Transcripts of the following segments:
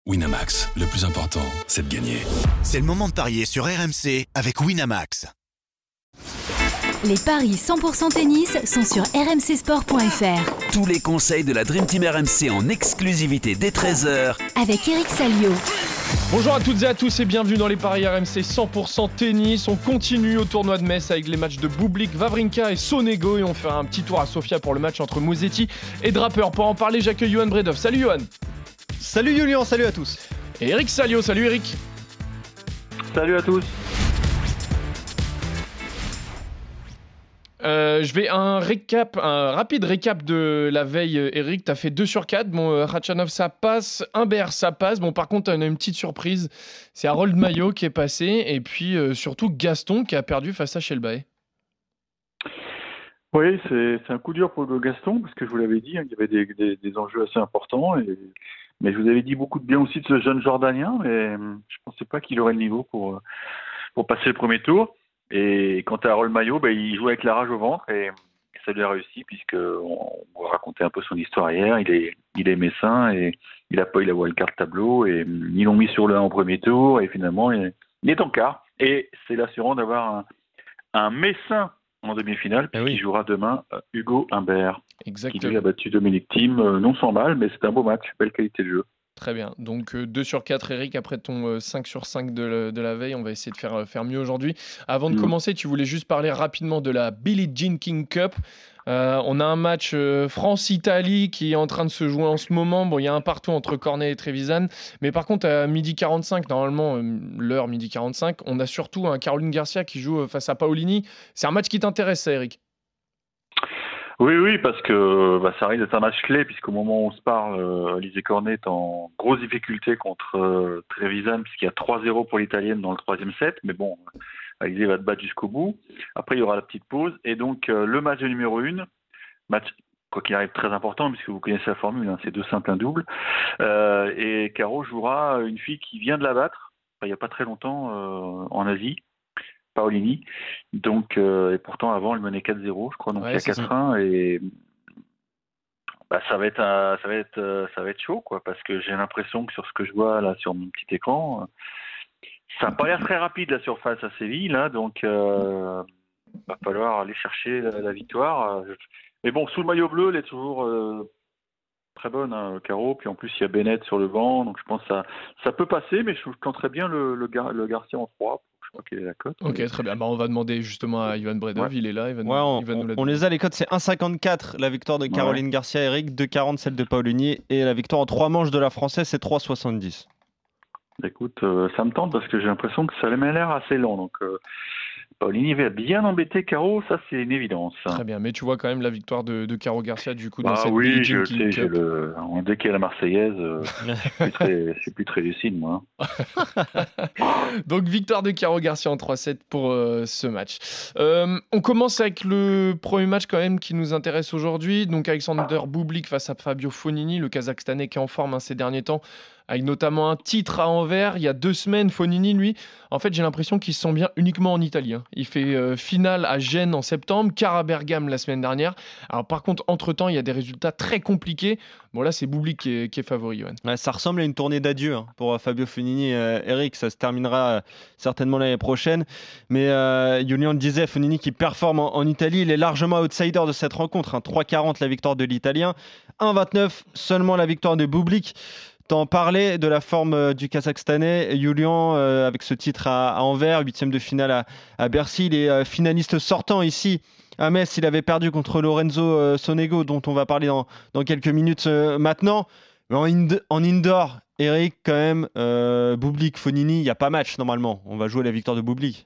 Winamax, le plus important, c'est de gagner. C'est le moment de parier sur RMC avec Winamax. Les paris 100% tennis sont sur rmcsport.fr. Tous les conseils de la Dream Team RMC en exclusivité dès 13h avec Eric Salio. Bonjour à toutes et à tous et bienvenue dans les paris RMC 100% tennis. On continue au tournoi de Metz avec les matchs de Bublik, Wawrinka et Sonego. Et on fait un petit tour à Sofia pour le match entre Musetti et Draper. Pour en parler, j'accueille Johan Bredov. Salut Johan. Salut Julien, salut à tous. Et Eric Salio, salut Eric. Salut à tous. Je vais un rapide récap de la veille. Eric, t'as fait 2 sur 4. Bon, Khachanov ça passe, Humbert ça passe. Bon, par contre, on a une petite surprise. C'est Harold Maillot qui est passé et puis surtout Gaston qui a perdu face à Shelby. Oui, c'est un coup dur pour Gaston parce que je vous l'avais dit, il y avait des enjeux assez importants. Mais je vous avais dit beaucoup de bien aussi de ce jeune Jordanien, mais je pensais pas qu'il aurait le niveau pour passer le premier tour. Et quant à Harold Maillot, il jouait avec la rage au ventre et ça lui a réussi puisqu'on va raconter un peu son histoire hier. Il est messin et il a pas eu la wildcard tableau et ils l'ont mis sur le 1 au premier tour et finalement il est en quart. Et c'est l'assurant d'avoir un messin en demi-finale puisqu'il jouera demain Hugo Humbert. Exactement. Qui lui a battu Dominic Thiem, non sans mal, mais c'est un beau match, belle qualité de jeu. Très bien, donc 2 sur 4 Eric, après ton 5 sur 5 de la veille, on va essayer de faire mieux aujourd'hui. Avant de commencer, tu voulais juste parler rapidement de la Billie Jean King Cup. On a un match France-Italie qui est en train de se jouer en ce moment. Bon, il y a un partout entre Cornet et Trevisan, mais par contre à 12h45, normalement l'heure 12h45, on a surtout un Caroline Garcia qui joue face à Paolini. C'est un match qui t'intéresse ça Eric? Oui, parce que ça risque d'être un match clé, puisqu'au moment où on se parle, Alizé Cornet est en grosse difficulté contre Trevisan, puisqu'il y a 3-0 pour l'Italienne dans le 3e set. Mais bon, Alizé va te battre jusqu'au bout. Après, il y aura la petite pause. Et donc, le match de numéro 1, match, quoi qu'il arrive, très important, puisque vous connaissez la formule, hein, c'est 2 simples, 1 double. Et Caro jouera une fille qui vient de la battre, il n'y a pas très longtemps, en Asie. Paolini, donc et pourtant avant elle menait 4-0 je crois, donc il y a 4-1 et ça va être chaud quoi, parce que j'ai l'impression que sur ce que je vois là sur mon petit écran, ça n'a pas l'air très rapide la surface à Séville là, donc va falloir aller chercher la victoire. Mais bon, sous le maillot bleu elle est toujours très bonne, hein, Caro, puis en plus il y a Bennett sur le banc, donc je pense que ça peut passer, mais je tenterais bien le Garcia en 3. Je crois qu'il est la cote. Ok, très bien. On va demander justement à Ivan Bredov. Il est là. Il va nous la on les a, les cotes. C'est 1,54 la victoire de Caroline Garcia, Eric, 2,40 celle de Paolini. Et la victoire en 3 manches de la Française, c'est 3,70. Écoute, ça me tente parce que j'ai l'impression que ça m'a l'air assez lent. Donc, Paolini va bien embêter Caro, ça c'est une évidence. Très bien, mais tu vois quand même la victoire de Caro Garcia du coup dans cette oui, je sais, dès qu'il y a la Marseillaise, je suis plus très lucide moi. Donc victoire de Caro Garcia en 3-7 pour ce match. On commence avec le premier match quand même qui nous intéresse aujourd'hui. Donc Alexander Bublik face à Fabio Fognini, le Kazakhstanais qui est en forme ces derniers temps, avec notamment un titre à Anvers. Il y a 2 semaines, Fognini, lui, en fait, j'ai l'impression qu'il se sent bien uniquement en Italie. Hein. Il fait finale à Gênes en septembre, quart à Bergame la semaine dernière. Alors par contre, entre-temps, il y a des résultats très compliqués. Bon là, c'est Bublik qui est favori, Johan. Ouais, ça ressemble à une tournée d'adieu pour Fabio Fognini. Eric, ça se terminera certainement l'année prochaine. Mais Julien le disait, Fognini qui performe en Italie, il est largement outsider de cette rencontre. 3,40 la victoire de l'Italien, 1,29 seulement la victoire de Bublik. T'en parlais de la forme du Kazakhstanais, Julian, avec ce titre à Anvers, 8e de finale à Bercy. Il est finaliste sortant ici à Metz. Il avait perdu contre Lorenzo Sonego, dont on va parler dans quelques minutes maintenant. Mais en indoor, Eric, quand même, Bublik, Fognini, il n'y a pas match normalement. On va jouer la victoire de Bublik.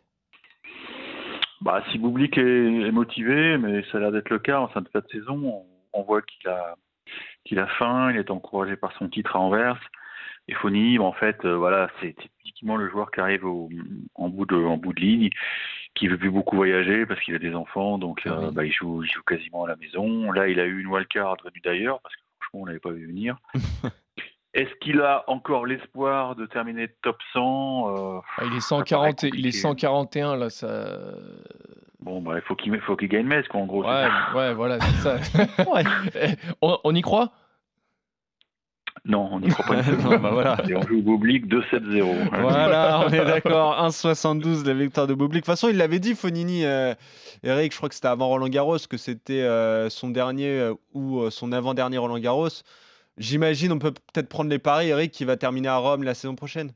Si Bublik est motivé, mais ça a l'air d'être le cas en fin de saison, on voit qu'il a faim, il est encouragé par son titre à Anvers. Et Fognini, en fait, c'est typiquement le joueur qui arrive en bout de ligne, qui veut plus beaucoup voyager parce qu'il a des enfants, donc il joue quasiment à la maison. Là, il a eu une wildcard venue d'ailleurs, parce que franchement, on l'avait pas vu venir. Est-ce qu'il a encore l'espoir de terminer top 100 Il est 140, il est 141 là, ça. Bon, il faut qu'il gagne Metz, quoi, en gros. Ouais, voilà, c'est ça. On y croit ? Non, on n'y croit pas. Non, bah voilà. Et on joue Bublik 2-7-0. Voilà, on est d'accord. 1,72 la victoire de Bublik. De toute façon, il l'avait dit, Fognini, Eric, je crois que c'était avant Roland-Garros, que c'était son dernier ou son avant-dernier Roland-Garros. J'imagine, on peut peut-être prendre les paris, Eric, qui va terminer à Rome la saison prochaine.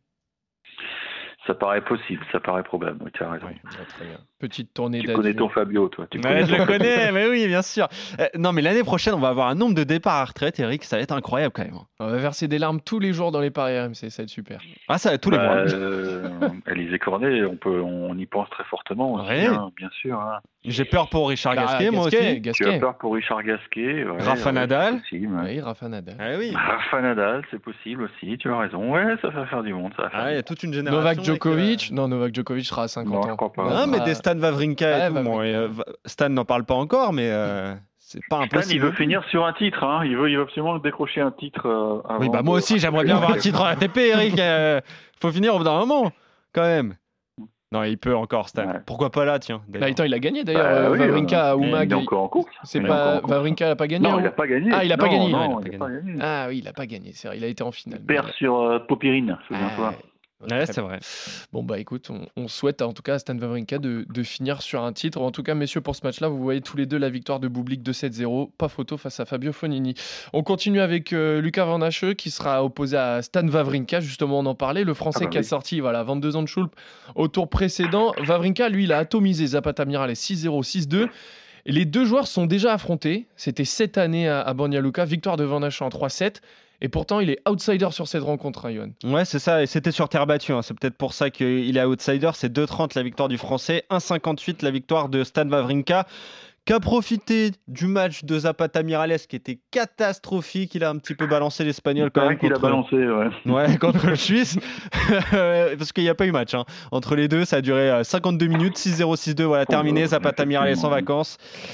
Ça paraît possible, ça paraît probable. Oui, tu as raison. Ouais, très bien. Petite tournée Tu d'adieu. connais ton Fabio, toi. Je le connais, mais oui, bien sûr. Non, mais l'année prochaine, on va avoir un nombre de départs à retraite, Eric, ça va être incroyable quand même. On va verser des larmes tous les jours dans les paris RMC, ça va être super. Ah, ça va être tous les mois. Alizé Cornet, on y pense très fortement aussi, Ouais. bien sûr. Hein. J'ai peur pour Richard Bah, Gasquet, moi aussi. Tu as Gasquet. peur pour Richard Gasquet. Ouais, Rafa Nadal. c'est possible, ouais. Oui, Rafa Nadal. Ah oui. Rafa Nadal, c'est possible aussi, tu as raison. Ouais, ça va faire du monde. Ça va faire Ah, il y a du toute une génération. Novak Djokovic. avec, Non, Novak Djokovic sera à 50 Non, ans. je crois pas. Ah, mais des Stan Wawrinka et Ouais, tout. Wawrinka. Bon, et, Stan n'en parle pas encore, mais c'est pas Stan, impossible. il veut finir sur un titre. Hein. Il veut absolument décrocher un titre avant. Oui, bah moi aussi, j'aimerais bien avoir un titre à ATP, Eric. Faut finir au bout d'un moment, quand même. Non, il peut encore, Stan. Ouais. Pourquoi pas là, tiens. Bah, attends, il a gagné d'ailleurs. Oui, Wawrinka à il Oumag. est encore en course. C'est Il est pas encore en course. Wawrinka n'a pas gagné. Non, hein il n'a pas gagné. Ah, il a pas gagné. Non, Ouais, il n'a pas gagné. Ah oui, il a pas gagné. C'est vrai, il a été en finale. Il perd sur Popirine, souviens-toi. Ouais, c'est vrai. Bon, bah écoute, on souhaite en tout cas à Stan Wawrinka de finir sur un titre. En tout cas, messieurs, pour ce match-là, vous voyez tous les deux la victoire de Bublik 2-7-0. Pas photo face à Fabio Fognini. On continue avec Lucas Van Hache qui sera opposé à Stan Wawrinka. Justement, on en parlait. Le Français qui a sorti 22 ans de Schulp au tour précédent. Wawrinka, lui, il a atomisé Zapata Miralles 6-0, 6-2. Et les deux joueurs sont déjà affrontés. C'était cette année à Banja Luka. Victoire de Van Hache en 3-7. Et pourtant, il est outsider sur cette rencontre, hein, Johan. Ouais, c'est ça, et c'était sur terre battue. Hein. C'est peut-être pour ça qu'il est outsider. C'est 2,30 la victoire du Français, 1,58 la victoire de Stan Wawrinka, qui a profité du match de Zapata Miralles qui était catastrophique. Il a un petit peu balancé l'Espagnol quand même. Il a balancé, ouais. Ouais, contre le Suisse. Parce qu'il n'y a pas eu match. Hein. Entre les deux, ça a duré 52 minutes. 6-0, 6-2, voilà, terminé. Zapata Miralles en vacances.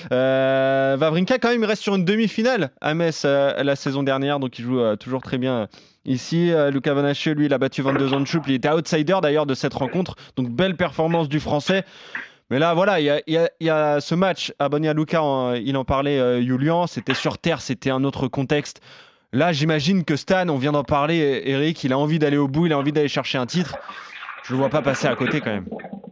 Wawrinka, quand même, il reste sur une demi-finale à Metz la saison dernière. Donc, il joue toujours très bien ici. Lucas Van Hache, lui, il a battu 22 ans de Schulp. Il était outsider d'ailleurs de cette rencontre. Donc, belle performance du Français. Mais là, voilà, il y a ce match à Banja Luka, il en parlait, Julian, c'était sur terre, c'était un autre contexte. Là, j'imagine que Stan, on vient d'en parler, Eric, il a envie d'aller au bout, il a envie d'aller chercher un titre. Je ne le vois pas passer à côté quand même.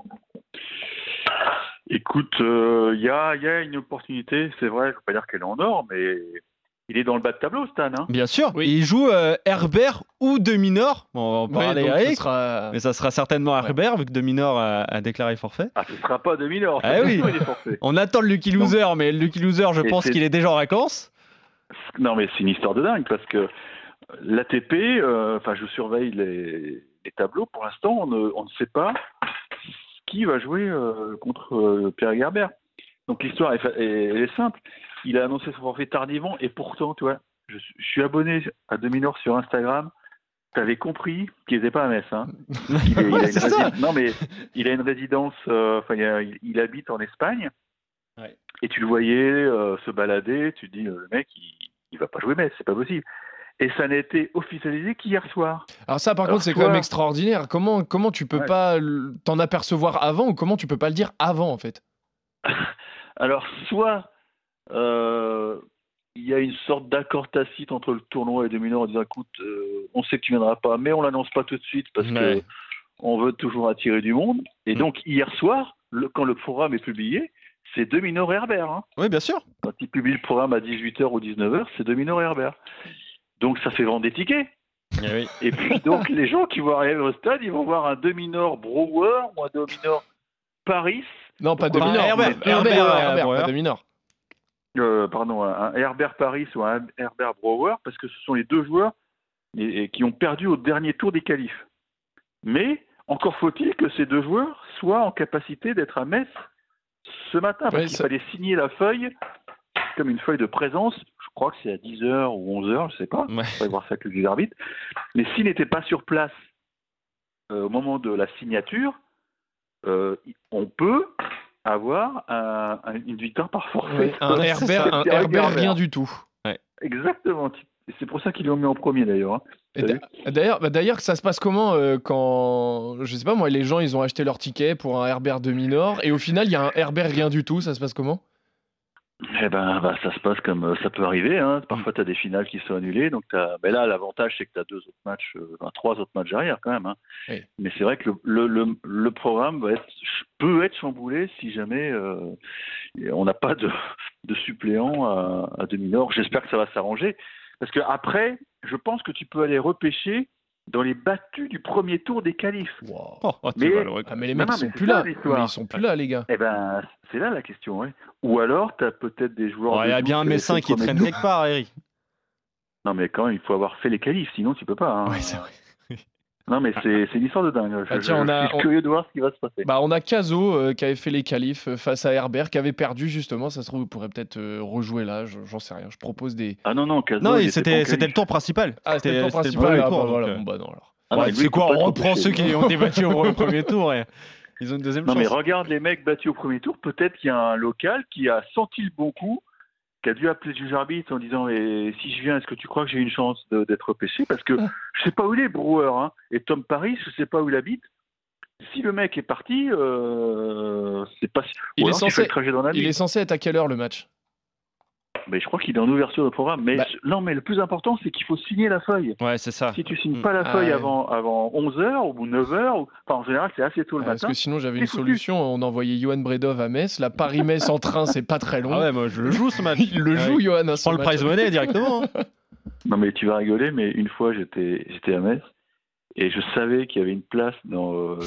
Écoute, il y a une opportunité, c'est vrai, je ne veux pas dire qu'elle est en or, mais il est dans le bas de tableau, Stan. Hein. Bien sûr, Oui. il joue Herbert ou De Minaur. Bon, on va en parler, donc Eric. ce Mais ça sera certainement Herbert, vu que De Minaur a déclaré forfait. Ah, ce ne sera pas 2000 heures. Ah oui. Il est forcé. On attend le Lucky Loser, mais le Lucky Loser, je Et pense c'est- qu'il est déjà en vacances. Non, mais c'est une histoire de dingue, parce que l'ATP, je surveille les tableaux, pour l'instant, on ne sait pas qui va jouer contre Pierre Herbert. Donc l'histoire elle est simple. Il a annoncé son forfait tardivement, et pourtant, tu vois, je suis abonné à 2000 heures sur Instagram. T'avais compris qu'il n'était pas à Metz. Hein. C'est ça. Non, mais il a une résidence, il habite en Espagne. Ouais. Et tu le voyais se balader, tu te dis, le mec, il va pas jouer Metz, c'est pas possible. Et ça n'a été officialisé qu'hier soir. Alors ça, par Alors contre, c'est toi- quand même extraordinaire. Comment tu peux Ouais. pas t'en apercevoir avant ou comment tu peux pas le dire avant, en fait? Alors, soit il y a une sorte d'accord tacite entre le tournoi et 2000 en disant, écoute, on sait que tu viendras pas, mais on l'annonce pas tout de suite parce Ouais. que on veut toujours attirer du monde. Et donc, hier soir, quand le programme est publié, c'est 2000 et Herbert. Hein. Oui, bien sûr. Quand il publie le programme à 18h ou 19h, c'est 2000 et Herbert. Donc, ça fait vendre des tickets. Eh oui. Et puis, donc, les gens qui vont arriver au stade, ils vont voir un demi-nord Brouwer ou un demi-nord Paris. Non, pas de Enfin, mineur. Herbert, Herbert, Brouwer. pas de mineur. Un Herbert Paris ou un Herbert Brouwer, parce que ce sont les deux joueurs et qui ont perdu au dernier tour des qualifs. Mais encore faut-il que ces deux joueurs soient en capacité d'être à Metz ce matin, parce Ouais, qu'il ça- fallait signer la feuille comme une feuille de présence. Je crois que c'est à 10h ou 11h, je sais pas. Ouais. On va voir ça avec les arbitres. Mais s'il n'était pas sur place au moment de la signature, on peut avoir une victoire par forfait. Ouais, un Herbert rien du tout. Exactement. Et c'est pour ça qu'ils l'ont mis en premier d'ailleurs. Hein. Et Salut. D'ailleurs, ça se passe comment quand, je sais pas moi, les gens ils ont acheté leur ticket pour un Herbert demi-nord et au final il y a un Herbert rien du tout, ça se passe comment? Eh ben, ça se passe comme ça peut arriver. Hein. Parfois, tu as des finales qui sont annulées. Donc mais là, l'avantage, c'est que tu as 3 autres matchs derrière quand même. Hein. Oui. Mais c'est vrai que le programme peut être chamboulé si jamais on n'a pas de suppléant à demi-heure. J'espère que ça va s'arranger. Parce qu'après, je pense que tu peux aller repêcher dans les battus du premier tour des qualifs. Wow. Mais les mecs, ils sont plus là. Mais ils sont plus là, les gars. Eh ben, c'est là la question. Ouais. Ou alors, tu as peut-être des joueurs. Il y a bien un Messin qui traîne quelque part, Eric. Non, mais quand même, il faut avoir fait les qualifs, sinon tu peux pas. Hein. Ouais, c'est vrai. Non, mais c'est une histoire de dingue. Je suis curieux de voir ce qui va se passer. On a Caso qui avait fait les qualifs face à Herbert, qui avait perdu justement. Ça se trouve, vous pourrez peut-être rejouer là. J'en sais rien. Je propose des. Ah non, Caso. Non, c'était le tour principal. Ah, c'était le tour principal. Voilà. Bon, non, alors. C'est quoi, on reprend ceux qui ont été battus au premier tour et ils ont une deuxième chance. Non, mais regarde les mecs battus au premier tour. Peut-être qu'il y a un local qui a senti le bon coup, qui a dû appeler le juge arbitre en disant si je viens, est-ce que tu crois que j'ai une chance d'être repêché? Parce que je sais pas où il est, Brewer, hein, et Tom Paris, je sais pas où il habite. Si le mec est parti, c'est pas. Il est censé être à quelle heure le match? Mais je crois qu'il est en ouverture de programme. Mais non, mais le plus important, c'est qu'il faut signer la feuille. Ouais, c'est ça. Si tu signes pas la feuille avant 11h ou 9h, en général, c'est assez tôt le matin. Parce que sinon, j'avais une solution. On envoyait Johan Bredov à Metz. La Paris-Metz en train, c'est pas très long. Ah ouais, moi je le joue ce match. Il le joue, Johan. Je prends le prize money directement. Non, mais tu vas rigoler, mais une fois, j'étais à Metz. Et je savais qu'il y avait une place dans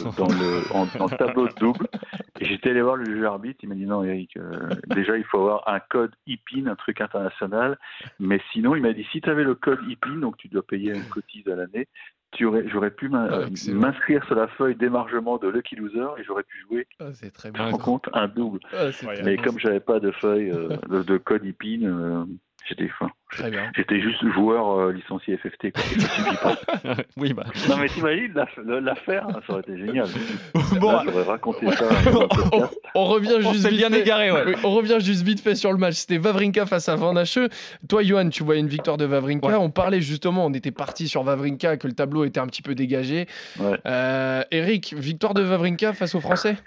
le tableau de double. Et j'étais allé voir le juge arbitre. Il m'a dit non, Eric, déjà, il faut avoir un code IPIN, un truc international. Mais sinon, il m'a dit si tu avais le code IPIN, donc tu dois payer une cotise à l'année, j'aurais pu m'inscrire sur la feuille d'émargement de Lucky Loser et j'aurais pu jouer c'est très bien. en compte un double. Mais comme j'avais pas de feuille de code IPIN, j'étais juste joueur licencié FFT. Quoi. Ça suffit pas. Oui, Non, mais t'imagines l'affaire, ça aurait été génial. Bon, là, j'aurais raconté ça. On revient juste bien égaré, ouais. Oui, on revient juste vite fait sur le match. C'était Wawrinka face à Van Hache. Toi, Johan, tu vois une victoire de Wawrinka. Ouais. On parlait justement, on était parti sur Wawrinka, que le tableau était un petit peu dégagé. Ouais. Eric, victoire de Wawrinka face aux Français?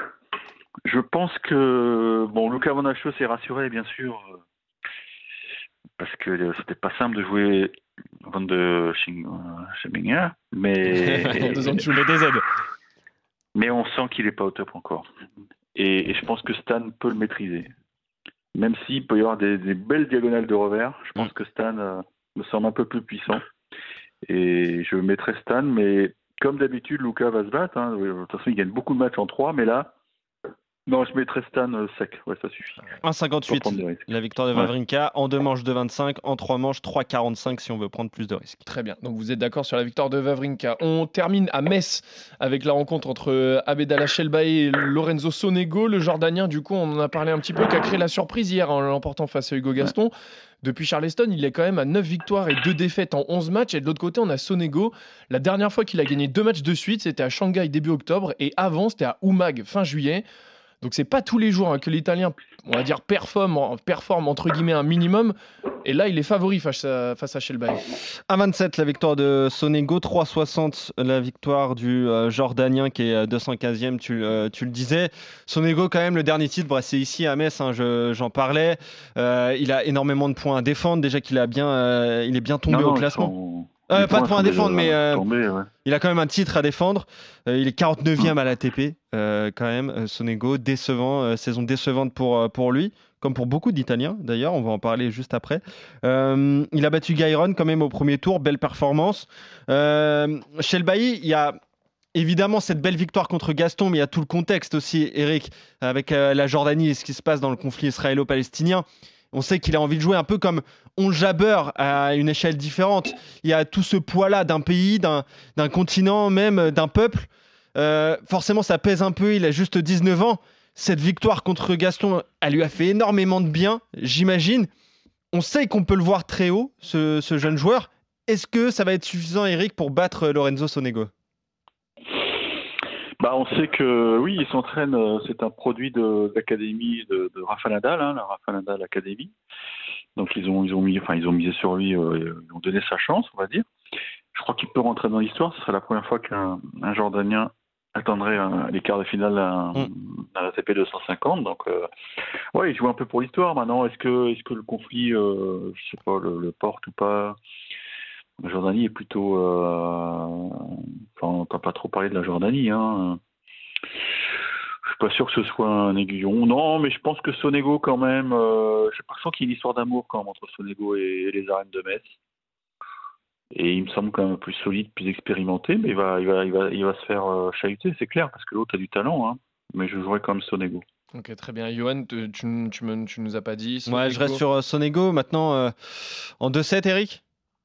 Je pense que Luca Van Hache s'est rassuré, bien sûr. Parce que c'était pas simple de jouer Van de Scheminger, mais mais on sent qu'il est pas au top encore. Et je pense que Stan peut le maîtriser. Même s'il peut y avoir des belles diagonales de revers, je pense que Stan me semble un peu plus puissant. Et je mettrai Stan, mais comme d'habitude, Luca va se battre. Hein. De toute façon, il gagne beaucoup de matchs en 3, mais là, non, je mettrais Stan sec, ouais, ça suffit. 1,58 la victoire de Wawrinka, en 2 manches 2,25, en 3 manches 3,45 si on veut prendre plus de risques. Très bien, donc vous êtes d'accord sur la victoire de Wawrinka. On termine à Metz avec la rencontre entre Abdallah Shelbahi et Lorenzo Sonego, le Jordanien, du coup on en a parlé un petit peu, qui a créé la surprise hier en l'emportant face à Hugo Gaston. Depuis Charleston, il est quand même à 9 victoires et 2 défaites en 11 matchs. Et de l'autre côté, on a Sonego. La dernière fois qu'il a gagné 2 matchs de suite, c'était à Shanghai début octobre. Et avant, c'était à Umag fin juillet. Donc c'est pas tous les jours que l'Italien, on va dire, performe entre guillemets un minimum. Et là, il est favori face à Shelbahi. 1,27 la victoire de Sonego, 3,60 la victoire du Jordanien qui est 215e, tu le disais. Sonego, quand même, le dernier titre, c'est ici à Metz, hein, j'en parlais. Il a énormément de points à défendre, déjà qu'il il est bien tombé au classement. Pas de points à défendre, mais il a quand même un titre à défendre. Il est 49e à l'ATP, quand même, Sonego, décevant, saison décevante pour lui, comme pour beaucoup d'Italiens d'ailleurs, on va en parler juste après. Il a battu Gairon quand même au premier tour, belle performance. Shelbahi, il y a évidemment cette belle victoire contre Gaston, mais il y a tout le contexte aussi, Eric, avec la Jordanie et ce qui se passe dans le conflit israélo-palestinien. On sait qu'il a envie de jouer un peu comme on Jabber à une échelle différente. Il y a tout ce poids-là d'un pays, d'un continent, même d'un peuple. Forcément, ça pèse un peu. Il a juste 19 ans. Cette victoire contre Gaston, elle lui a fait énormément de bien, j'imagine. On sait qu'on peut le voir très haut, ce jeune joueur. Est-ce que ça va être suffisant, Eric, pour battre Lorenzo Sonego ? On sait que oui, il s'entraîne. C'est un produit de l'académie de Rafa Nadal, la Rafa Nadal Academy. Donc ils ont misé sur lui, ils ont donné sa chance, on va dire. Je crois qu'il peut rentrer dans l'histoire. Ce sera la première fois qu'un Jordanien attendrait les quarts de finale d'un ATP 250. Donc, ouais, il joue un peu pour l'histoire. Maintenant, est-ce que le conflit, je sais pas, le porte ou pas? La Jordanie est plutôt... on n'a pas trop parlé de la Jordanie. Hein. Je suis pas sûr que ce soit un aiguillon. Non, mais je pense que Sonego, quand même... j'ai l'impression qu'il y a une histoire d'amour quand même entre Sonego et les arènes de Metz. Et il me semble quand même plus solide, plus expérimenté, mais il va se faire chahuter, c'est clair, parce que l'autre a du talent. Hein. Mais je jouerais quand même Sonego. Ok, très bien. Johan, tu nous as pas dit. Sonego. Ouais, je reste sur Sonego. Maintenant, en 2-7, Eric.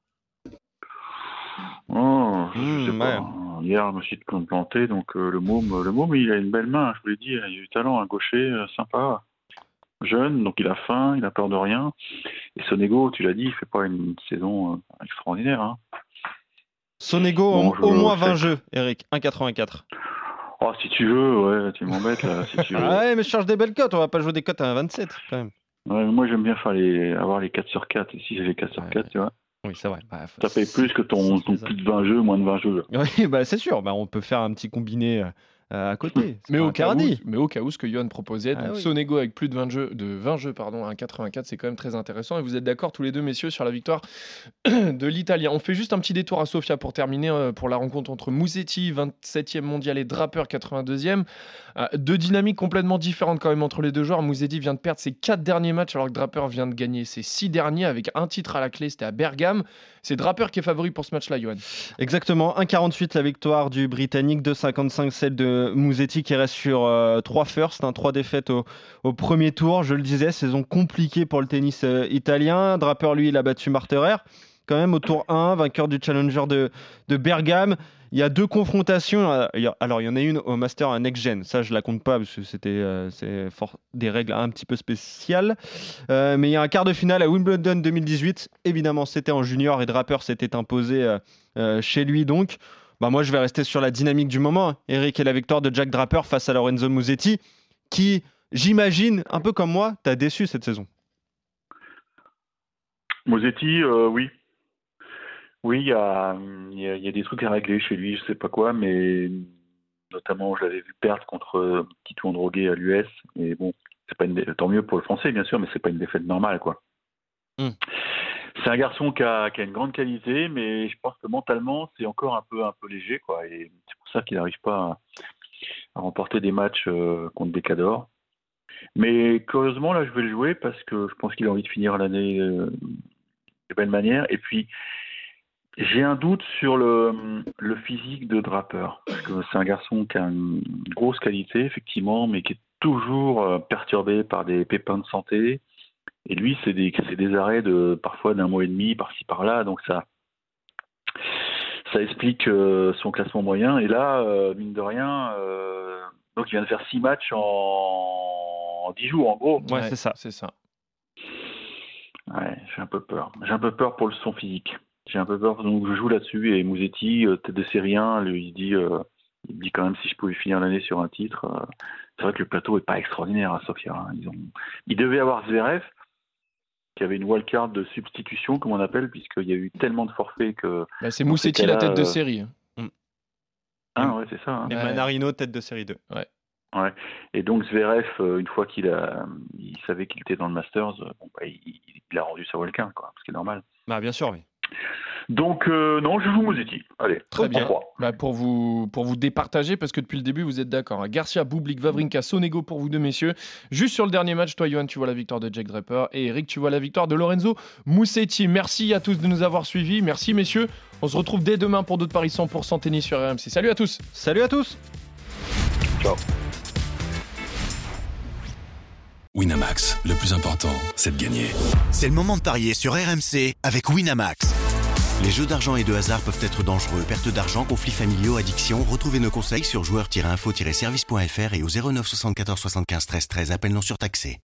Oh, je sais pas. Hier, je me suis planté, donc le môme, il a une belle main, je vous l'ai dit, il a du talent, un gaucher sympa, jeune, donc il a faim, il a peur de rien. Et Sonego, tu l'as dit, il fait pas une saison extraordinaire. Hein. Sonego, au moins 20 jeux, Eric, 1,84. Oh, si tu veux, ouais, tu m'embêtes là, si tu veux. Ah ouais, mais je cherche des belles cotes, on va pas jouer des cotes à 27 quand même. Ouais, moi j'aime bien avoir les 4 sur 4, et si j'ai les 4 sur 4, tu vois. Oui, c'est vrai. Ça paye plus que ton plus de 20 jeux, moins de 20 jeux. Oui, c'est sûr. On peut faire un petit combiné à côté. Mais au cas où, ce que Johan proposait, donc Sonego avec plus de 20 jeux, 1,84, c'est quand même très intéressant. Et vous êtes d'accord tous les deux, messieurs, sur la victoire de l'Italien. On fait juste un petit détour à Sofia pour terminer pour la rencontre entre Musetti, 27e mondial, et Draper, 82e. Deux dynamiques complètement différentes quand même entre les deux joueurs. Musetti vient de perdre ses 4 derniers matchs alors que Draper vient de gagner ses 6 derniers avec un titre à la clé, c'était à Bergame. C'est Draper qui est favori pour ce match-là, Johan. Exactement, 1,48 la victoire du Britannique, 2,55 celle de Musetti qui reste sur 3 firsts, 3 défaites au premier tour. Je le disais, saison compliquée pour le tennis italien. Draper, lui, il a battu Marterer quand même au tour 1, vainqueur du Challenger de Bergame. Il y a 2 confrontations. Alors, il y en a une au Master à Next Gen. Ça, je la compte pas parce que c'est des règles un petit peu spéciales. Mais il y a un quart de finale à Wimbledon 2018. Évidemment, c'était en junior et Draper s'était imposé chez lui. Donc, moi, je vais rester sur la dynamique du moment. Eric, et la victoire de Jack Draper face à Lorenzo Musetti, qui, j'imagine, un peu comme moi, t'a déçu cette saison. Musetti, oui. Oui, il y a des trucs à régler chez lui, je sais pas quoi, mais notamment je l'avais vu perdre contre Tito Androgué à l'US. Et bon, c'est pas tant mieux pour le Français, bien sûr, mais c'est pas une défaite normale, quoi. C'est un garçon qui a une grande qualité, mais je pense que mentalement c'est encore un peu léger, quoi. Et c'est pour ça qu'il n'arrive pas à remporter des matchs contre Bécador. Mais curieusement, là, je vais le jouer parce que je pense qu'il a envie de finir l'année de belle manière. Et puis j'ai un doute sur le physique de Draper, parce que c'est un garçon qui a une grosse qualité, effectivement, mais qui est toujours perturbé par des pépins de santé. Et lui, c'est des arrêts parfois d'un mois et demi, par-ci, par-là. Donc ça explique son classement moyen. Et là, mine de rien, donc il vient de faire 6 matchs en 10 jours, en gros. Ouais, c'est ça. Ouais, j'ai un peu peur. J'ai un peu peur pour son physique. J'ai un peu peur, donc je joue là-dessus. Et Musetti, tête de série 1, lui, il dit quand même si je pouvais finir l'année sur un titre. C'est vrai que le plateau n'est pas extraordinaire à Sofia. Hein. Il devait avoir Zverev, qui avait une wildcard de substitution, comme on appelle, puisqu'il y a eu tellement de forfaits que... c'est Musetti la tête de série. Ah ouais, c'est ça. Hein. Et Manarino, tête de série 2. Ouais. Et donc Zverev, une fois il savait qu'il était dans le Masters, il a rendu sa wildcard, quoi, ce qui est normal. Bien sûr, oui. Donc non, je joue Musetti. Allez, très bien. Pour vous départager, parce que depuis le début vous êtes d'accord. Hein. Garcia, Bublik, Wawrinka, Sonego pour vous deux messieurs. Juste sur le dernier match, toi Johan, tu vois la victoire de Jack Draper et Eric, tu vois la victoire de Lorenzo Musetti. Merci à tous de nous avoir suivis. Merci messieurs. On se retrouve dès demain pour d'autres paris 100% tennis sur RMC. Salut à tous. Salut à tous. Ciao. Winamax, le plus important, c'est de gagner. C'est le moment de parier sur RMC avec Winamax. Les jeux d'argent et de hasard peuvent être dangereux. Perte d'argent, conflits familiaux, addiction. Retrouvez nos conseils sur joueurs-info-service.fr et au 09 74 75 13 13. Appel non surtaxé.